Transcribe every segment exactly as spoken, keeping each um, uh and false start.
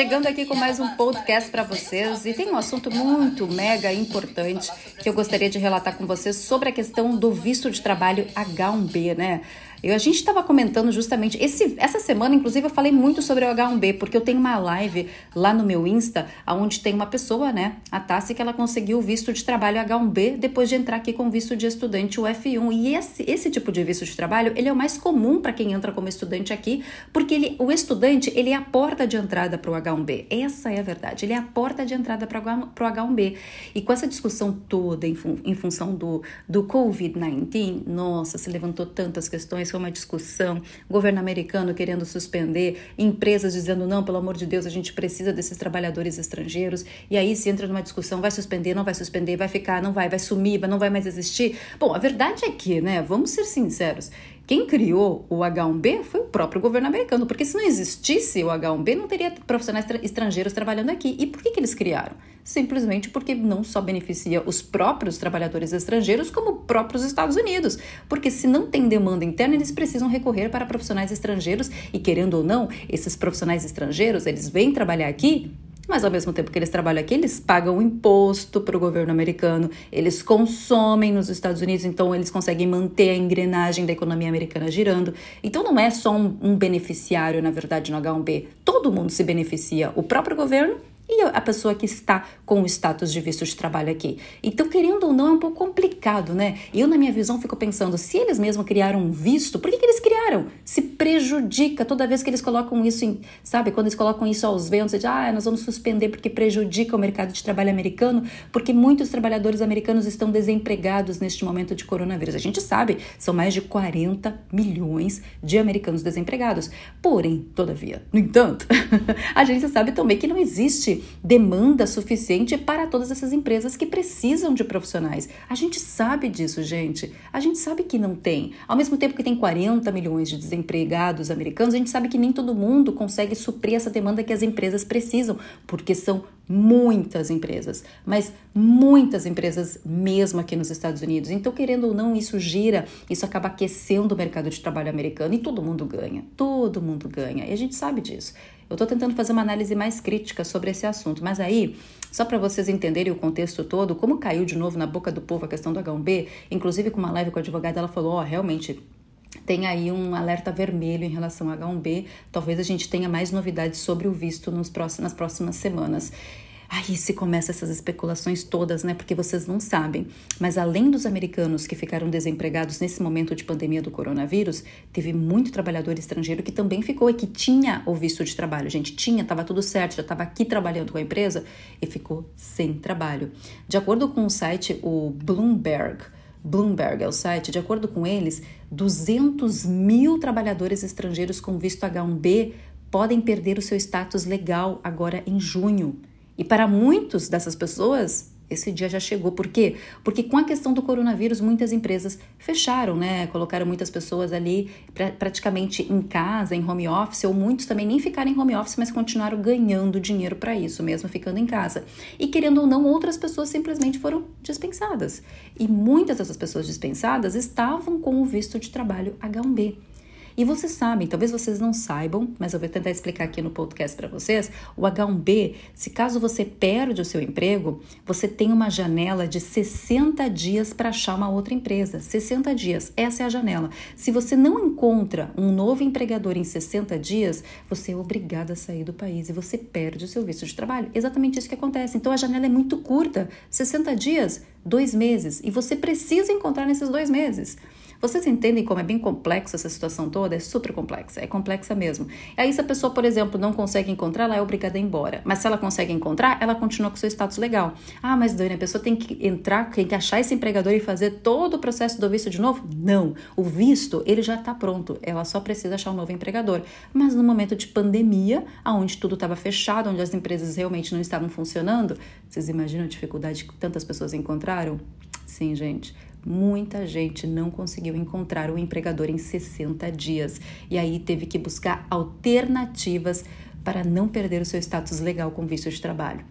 chegando aqui com mais um podcast para vocês e tem um assunto muito mega importante que eu gostaria de relatar com vocês sobre a questão do visto de trabalho agá um B, né? Eu, a gente estava comentando justamente, esse, essa semana, inclusive, eu falei muito sobre o agá um B, porque eu tenho uma live lá no meu Insta, onde tem uma pessoa, né, a Tassi, que ela conseguiu o visto de trabalho agá um B depois de entrar aqui com visto de estudante, o F um. E esse, esse tipo de visto de trabalho, ele é o mais comum para quem entra como estudante aqui, porque ele, o estudante, ele é a porta de entrada para o agá um B. Essa é a verdade, ele é a porta de entrada para o agá um B. E com essa discussão toda em, fun, em função do, do covid dezenove, nossa, se levantou tantas questões. Foi uma discussão, governo americano querendo suspender, empresas dizendo não, pelo amor de Deus, a gente precisa desses trabalhadores estrangeiros, e aí se entra numa discussão, vai suspender, não vai suspender, vai ficar, não vai, vai sumir, não vai mais existir. Bom, a verdade é que, né, vamos ser sinceros, quem criou o agá um B foi o próprio governo americano, porque se não existisse o agá um B, não teria profissionais estrangeiros trabalhando aqui. E por que que eles criaram? Simplesmente porque não só beneficia os próprios trabalhadores estrangeiros, como os próprios Estados Unidos. Porque se não tem demanda interna, eles precisam recorrer para profissionais estrangeiros e, querendo ou não, esses profissionais estrangeiros, eles vêm trabalhar aqui, mas ao mesmo tempo que eles trabalham aqui, eles pagam imposto para o governo americano, eles consomem nos Estados Unidos, então eles conseguem manter a engrenagem da economia americana girando. Então não é só um, um beneficiário, na verdade, no agá um B. Todo mundo se beneficia, o próprio governo e a pessoa que está com o status de visto de trabalho aqui. Então, querendo ou não, é um pouco complicado, né? Eu, na minha visão, fico pensando, se eles mesmos criaram um visto, por que que eles criaram? Se prejudica toda vez que eles colocam isso em, sabe, quando eles colocam isso aos ventos, de, ah, nós vamos suspender porque prejudica o mercado de trabalho americano, porque muitos trabalhadores americanos estão desempregados neste momento de coronavírus. A gente sabe, são mais de quarenta milhões de americanos desempregados. Porém, todavia, no entanto, a gente sabe também que não existe demanda suficiente para todas essas empresas que precisam de profissionais. A gente sabe disso, gente. A gente sabe que não tem. Ao mesmo tempo que tem quarenta milhões de desempregados americanos, a gente sabe que nem todo mundo consegue suprir essa demanda que as empresas precisam, porque são muitas empresas, mas muitas empresas mesmo aqui nos Estados Unidos. Então, querendo ou não, isso gira, isso acaba aquecendo o mercado de trabalho americano e todo mundo ganha, todo mundo ganha, e a gente sabe disso. Eu estou tentando fazer uma análise mais crítica sobre esse assunto, mas aí, só para vocês entenderem o contexto todo, como caiu de novo na boca do povo a questão do agá um B, inclusive com uma live com a advogada, ela falou, ó, oh, realmente tem aí um alerta vermelho em relação ao agá um B, talvez a gente tenha mais novidades sobre o visto nos próximos, nas próximas semanas. Aí se começa essas especulações todas, né? Porque vocês não sabem. Mas além dos americanos que ficaram desempregados nesse momento de pandemia do coronavírus, teve muito trabalhador estrangeiro que também ficou e que tinha o visto de trabalho. Gente, tinha, estava tudo certo, já estava aqui trabalhando com a empresa e ficou sem trabalho. De acordo com o site, o Bloomberg, Bloomberg é o site, de acordo com eles, duzentos mil trabalhadores estrangeiros com visto agá um B podem perder o seu status legal agora em junho. E para muitos dessas pessoas, esse dia já chegou. Por quê? Porque com a questão do coronavírus, muitas empresas fecharam, né? Colocaram muitas pessoas ali pra, praticamente em casa, em home office, ou muitos também nem ficaram em home office, mas continuaram ganhando dinheiro para isso, mesmo ficando em casa. E querendo ou não, outras pessoas simplesmente foram dispensadas. E muitas dessas pessoas dispensadas estavam com o visto de trabalho agá um B. E vocês sabem, talvez vocês não saibam, mas eu vou tentar explicar aqui no podcast para vocês, o agá um B, se caso você perde o seu emprego, você tem uma janela de sessenta dias para achar uma outra empresa. sessenta dias, essa é a janela. Se você não encontra um novo empregador em sessenta dias, você é obrigado a sair do país e você perde o seu visto de trabalho. Exatamente isso que acontece. Então a janela é muito curta, sessenta dias, dois meses, e você precisa encontrar nesses dois meses. Vocês entendem como é bem complexa essa situação toda? É super complexa, é complexa mesmo. Aí se a pessoa, por exemplo, não consegue encontrar, ela é obrigada a ir embora. Mas se ela consegue encontrar, ela continua com seu status legal. Ah, mas Dani, a pessoa tem que entrar, tem que achar esse empregador e fazer todo o processo do visto de novo? Não, o visto, ele já está pronto, ela só precisa achar um novo empregador. Mas no momento de pandemia, onde tudo estava fechado, onde as empresas realmente não estavam funcionando, vocês imaginam a dificuldade que tantas pessoas encontraram? Sim, gente. Muita gente não conseguiu encontrar o empregador em sessenta dias e aí teve que buscar alternativas para não perder o seu status legal com visto de trabalho.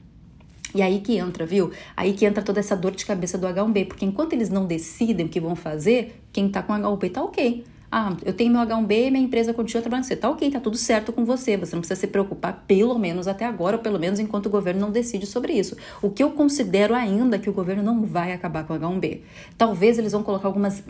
E aí que entra, viu? Aí que entra toda essa dor de cabeça do agá um B, porque enquanto eles não decidem o que vão fazer, quem tá com agá um B tá ok. Ah, eu tenho meu H um B e minha empresa continua trabalhando. Você tá ok, tá tudo certo com você. Você não precisa se preocupar, pelo menos até agora, ou pelo menos enquanto o governo não decide sobre isso. O que eu considero ainda que o governo não vai acabar com o H um B. Talvez eles vão colocar algumas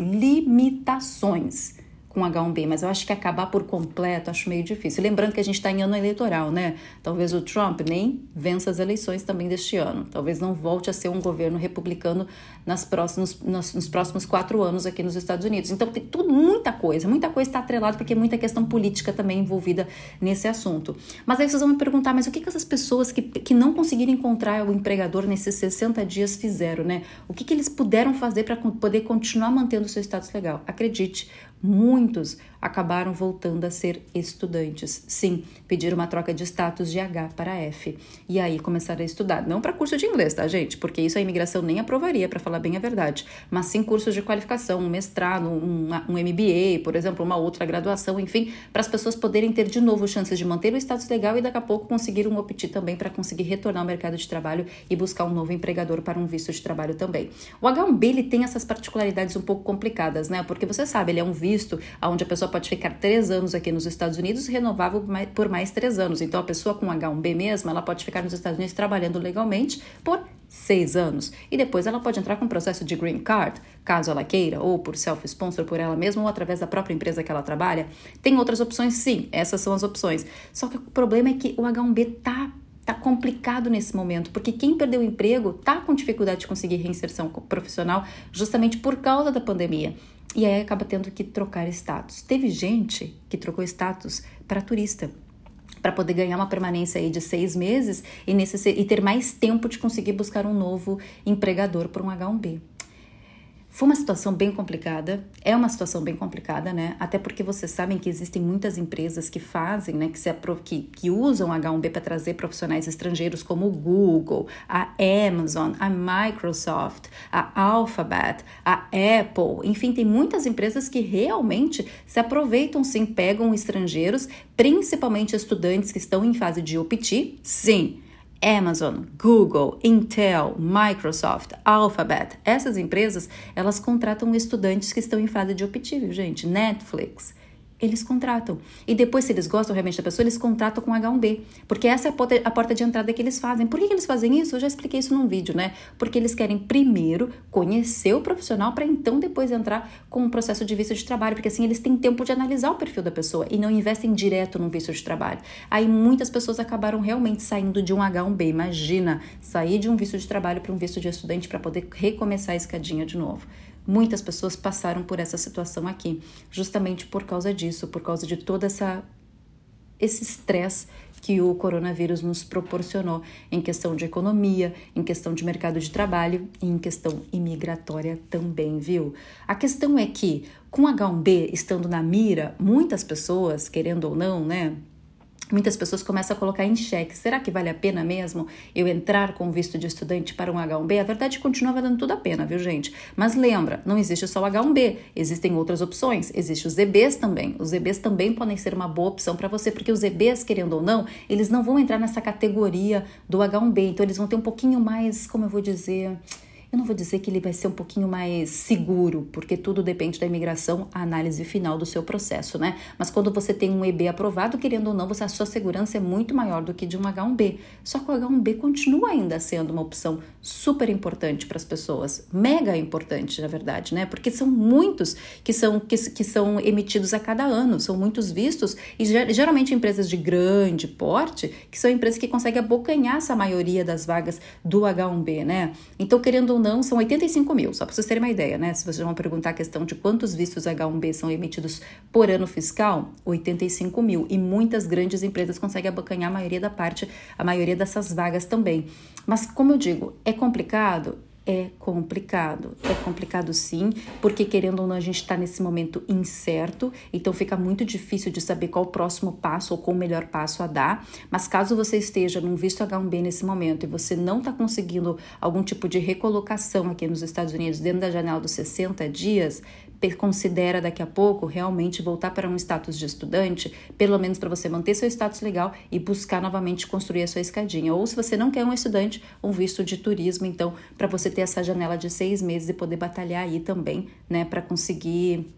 limitações com H um B, mas eu acho que acabar por completo acho meio difícil. Lembrando que a gente está em ano eleitoral, né? Talvez o Trump nem vença as eleições também deste ano. Talvez não volte a ser um governo republicano nas próximos, nos, nos próximos quatro anos aqui nos Estados Unidos. Então tem tudo, muita coisa, muita coisa está atrelada porque é muita questão política também envolvida nesse assunto. Mas aí vocês vão me perguntar, mas o que, que essas pessoas que, que não conseguiram encontrar o empregador nesses sessenta dias fizeram, né? O que, que eles puderam fazer para poder continuar mantendo o seu status legal? Acredite, muitos acabaram voltando a ser estudantes. Sim, pediram uma troca de status de H para F. E aí começaram a estudar. Não para curso de inglês, tá, gente? Porque isso a imigração nem aprovaria, para falar bem a verdade. Mas sim cursos de qualificação, um mestrado, um, um M B A, por exemplo, uma outra graduação, enfim, para as pessoas poderem ter de novo chances de manter o status legal e daqui a pouco conseguir um O P T também para conseguir retornar ao mercado de trabalho e buscar um novo empregador para um visto de trabalho também. O H um B, ele tem essas particularidades um pouco complicadas, né? Porque você sabe, ele é um visto visto, onde a pessoa pode ficar três anos aqui nos Estados Unidos, renovável por mais três anos. Então, a pessoa com H um B mesmo, ela pode ficar nos Estados Unidos trabalhando legalmente por seis anos. E depois ela pode entrar com um processo de green card, caso ela queira, ou por self-sponsor por ela mesma, ou através da própria empresa que ela trabalha. Tem outras opções, sim, essas são as opções. Só que o problema é que o H um B tá Tá complicado nesse momento, porque quem perdeu o emprego tá com dificuldade de conseguir reinserção profissional justamente por causa da pandemia. E aí acaba tendo que trocar status. Teve gente que trocou status para turista, para poder ganhar uma permanência aí de seis meses e, nesse, e ter mais tempo de conseguir buscar um novo empregador por um H um B. Foi uma situação bem complicada, é uma situação bem complicada, né? Até porque vocês sabem que existem muitas empresas que fazem, né? Que, se apro- que, que usam H um B para trazer profissionais estrangeiros, como o Google, a Amazon, a Microsoft, a Alphabet, a Apple. Enfim, tem muitas empresas que realmente se aproveitam, sim, pegam estrangeiros, principalmente estudantes que estão em fase de O P T, sim. Amazon, Google, Intel, Microsoft, Alphabet, essas empresas, elas contratam estudantes que estão em fase de O P T, viu, gente? Netflix, eles contratam. E depois, se eles gostam realmente da pessoa, eles contratam com H um B, porque essa é a porta, a porta de entrada que eles fazem. Por que, que eles fazem isso? Eu já expliquei isso num vídeo, né? Porque eles querem primeiro conhecer o profissional para então depois entrar com um processo de visto de trabalho, porque assim eles têm tempo de analisar o perfil da pessoa e não investem direto num visto de trabalho. Aí muitas pessoas acabaram realmente saindo de um H um B. Imagina, sair de um visto de trabalho para um visto de estudante para poder recomeçar a escadinha de novo. Muitas pessoas passaram por essa situação aqui, justamente por causa disso, por causa de todo essa, esse estresse que o coronavírus nos proporcionou em questão de economia, em questão de mercado de trabalho e em questão imigratória também, viu? A questão é que, com H um B estando na mira, muitas pessoas, querendo ou não, né? Muitas pessoas começam a colocar em xeque, será que vale a pena mesmo eu entrar com visto de estudante para um H um B? A verdade continua valendo tudo a pena, viu, gente? Mas lembra, não existe só o H um B, existem outras opções, existem os Z Bs também. Os Z Bs também podem ser uma boa opção para você, porque os Z Bs, querendo ou não, eles não vão entrar nessa categoria do H um B, então eles vão ter um pouquinho mais, como eu vou dizer... Eu não vou dizer que ele vai ser um pouquinho mais seguro, porque tudo depende da imigração, a análise final do seu processo, né? Mas quando você tem um E B aprovado, querendo ou não, você, a sua segurança é muito maior do que de um H um B. Só que o H um B continua ainda sendo uma opção super importante para as pessoas, mega importante, na verdade, né? Porque são muitos que são, que, que são emitidos a cada ano, são muitos vistos, e geralmente empresas de grande porte, que são empresas que conseguem abocanhar essa maioria das vagas do H um B, né? Então, querendo ou não, são oitenta e cinco mil, só para vocês terem uma ideia, né? Se vocês vão perguntar a questão de quantos vistos H um B são emitidos por ano fiscal, oitenta e cinco mil. E muitas grandes empresas conseguem abocanhar a maioria da parte, a maioria dessas vagas também. Mas, como eu digo, é complicado? É complicado, é complicado sim, porque querendo ou não a gente está nesse momento incerto, então fica muito difícil de saber qual o próximo passo ou qual o melhor passo a dar, mas caso você esteja num visto H um B nesse momento e você não está conseguindo algum tipo de recolocação aqui nos Estados Unidos dentro da janela dos sessenta dias, considera daqui a pouco realmente voltar para um status de estudante, pelo menos para você manter seu status legal e buscar novamente construir a sua escadinha. Ou se você não quer um estudante, um visto de turismo, então, para você ter essa janela de seis meses e poder batalhar aí também, né, para conseguir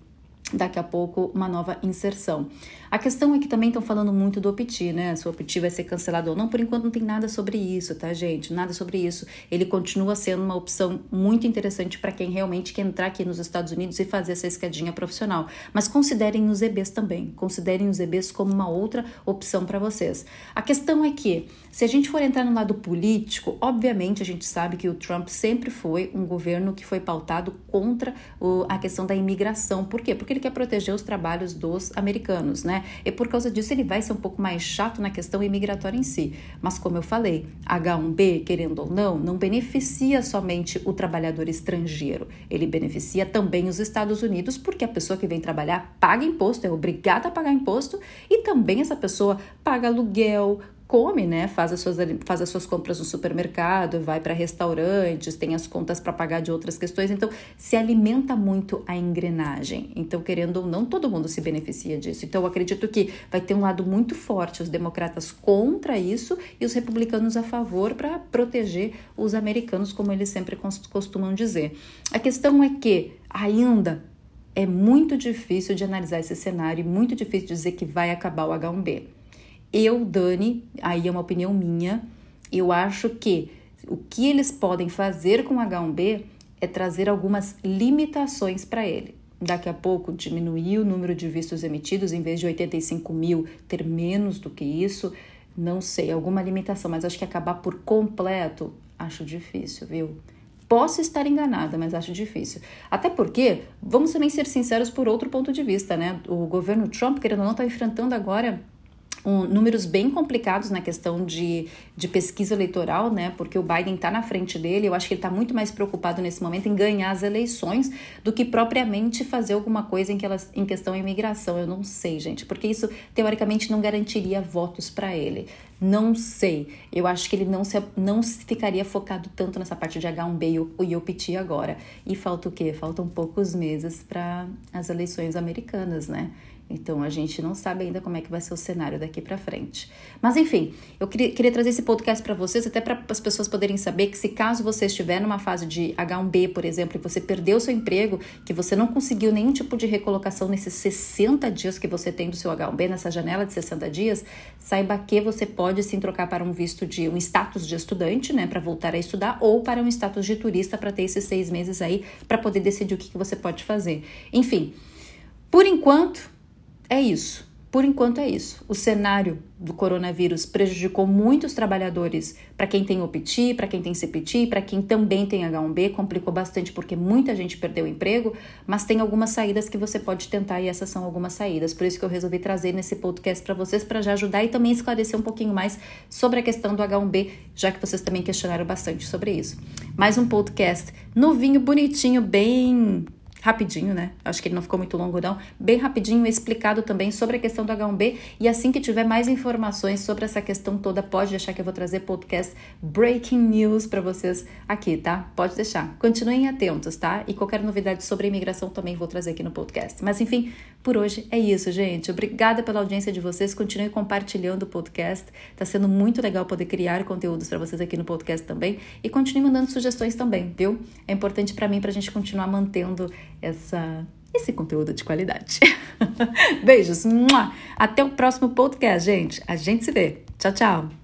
daqui a pouco uma nova inserção. A questão é que também estão falando muito do O P T, né? Se o O P T vai ser cancelado ou não, por enquanto não tem nada sobre isso, tá, gente? Nada sobre isso. Ele continua sendo uma opção muito interessante para quem realmente quer entrar aqui nos Estados Unidos e fazer essa escadinha profissional. Mas considerem os E Bs também. Considerem os E Bs como uma outra opção para vocês. A questão é que, se a gente for entrar no lado político, obviamente a gente sabe que o Trump sempre foi um governo que foi pautado contra o, a questão da imigração. Por quê? Porque ele quer proteger os trabalhos dos americanos, né? E por causa disso ele vai ser um pouco mais chato na questão imigratória em si. Mas como eu falei, agá um B, querendo ou não, não beneficia somente o trabalhador estrangeiro. Ele beneficia também os Estados Unidos, porque a pessoa que vem trabalhar paga imposto, é obrigada a pagar imposto, e também essa pessoa paga aluguel, come, né? Faz as suas, faz as suas compras no supermercado, vai para restaurantes, tem as contas para pagar de outras questões, então se alimenta muito a engrenagem. Então, querendo ou não, todo mundo se beneficia disso. Então, eu acredito que vai ter um lado muito forte, os democratas contra isso e os republicanos a favor para proteger os americanos, como eles sempre costumam dizer. A questão é que ainda é muito difícil de analisar esse cenário e muito difícil de dizer que vai acabar o agá um B. Eu, Dani, aí é uma opinião minha, eu acho que o que eles podem fazer com o agá um B é trazer algumas limitações para ele. Daqui a pouco diminuir o número de vistos emitidos, em vez de oitenta e cinco mil, ter menos do que isso, não sei, alguma limitação, mas acho que acabar por completo, acho difícil, viu? Posso estar enganada, mas acho difícil. Até porque, vamos também ser sinceros por outro ponto de vista, né? O governo Trump, querendo ou não, está enfrentando agora Um, números bem complicados na questão de, de pesquisa eleitoral, né? Porque o Biden está na frente dele. Eu acho que ele está muito mais preocupado nesse momento em ganhar as eleições do que propriamente fazer alguma coisa em, que elas, em questão de imigração. Eu não sei, gente, porque isso teoricamente não garantiria votos para ele. Não sei. Eu acho que ele não, se, não ficaria focado tanto nessa parte de agá um B e o, o O P T agora. E falta o quê? Faltam poucos meses para as eleições americanas, né? Então, a gente não sabe ainda como é que vai ser o cenário daqui para frente. Mas, enfim, eu queria, queria trazer esse podcast para vocês, até para as pessoas poderem saber que se caso você estiver numa fase de agá um B, por exemplo, e você perdeu o seu emprego, que você não conseguiu nenhum tipo de recolocação nesses sessenta dias que você tem do seu agá um B, nessa janela de sessenta dias, saiba que você pode sim trocar para um visto de um status de estudante, né, para voltar a estudar, ou para um status de turista para ter esses seis meses aí, para poder decidir o que, que você pode fazer. Enfim, por enquanto, é isso. Por enquanto é isso. O cenário do coronavírus prejudicou muitos trabalhadores, para quem tem O P T, para quem tem C P T, para quem também tem agá um B, complicou bastante porque muita gente perdeu o emprego, mas tem algumas saídas que você pode tentar e essas são algumas saídas. Por isso que eu resolvi trazer nesse podcast para vocês, para já ajudar e também esclarecer um pouquinho mais sobre a questão do agá um B, já que vocês também questionaram bastante sobre isso. Mais um podcast novinho, bonitinho, bem rapidinho, né? Acho que ele não ficou muito longo não. Bem rapidinho, explicado também sobre a questão do agá um B. E assim que tiver mais informações sobre essa questão toda, pode deixar que eu vou trazer podcast Breaking News para vocês aqui, tá? Pode deixar. Continuem atentos, tá? E qualquer novidade sobre a imigração também vou trazer aqui no podcast. Mas enfim, por hoje é isso, gente. Obrigada pela audiência de vocês. Continuem compartilhando o podcast. Tá sendo muito legal poder criar conteúdos para vocês aqui no podcast também. E continue mandando sugestões também, viu? É importante para mim, pra gente continuar mantendo essa, esse conteúdo de qualidade. Beijos. Até o próximo podcast, gente. A gente se vê. Tchau, tchau.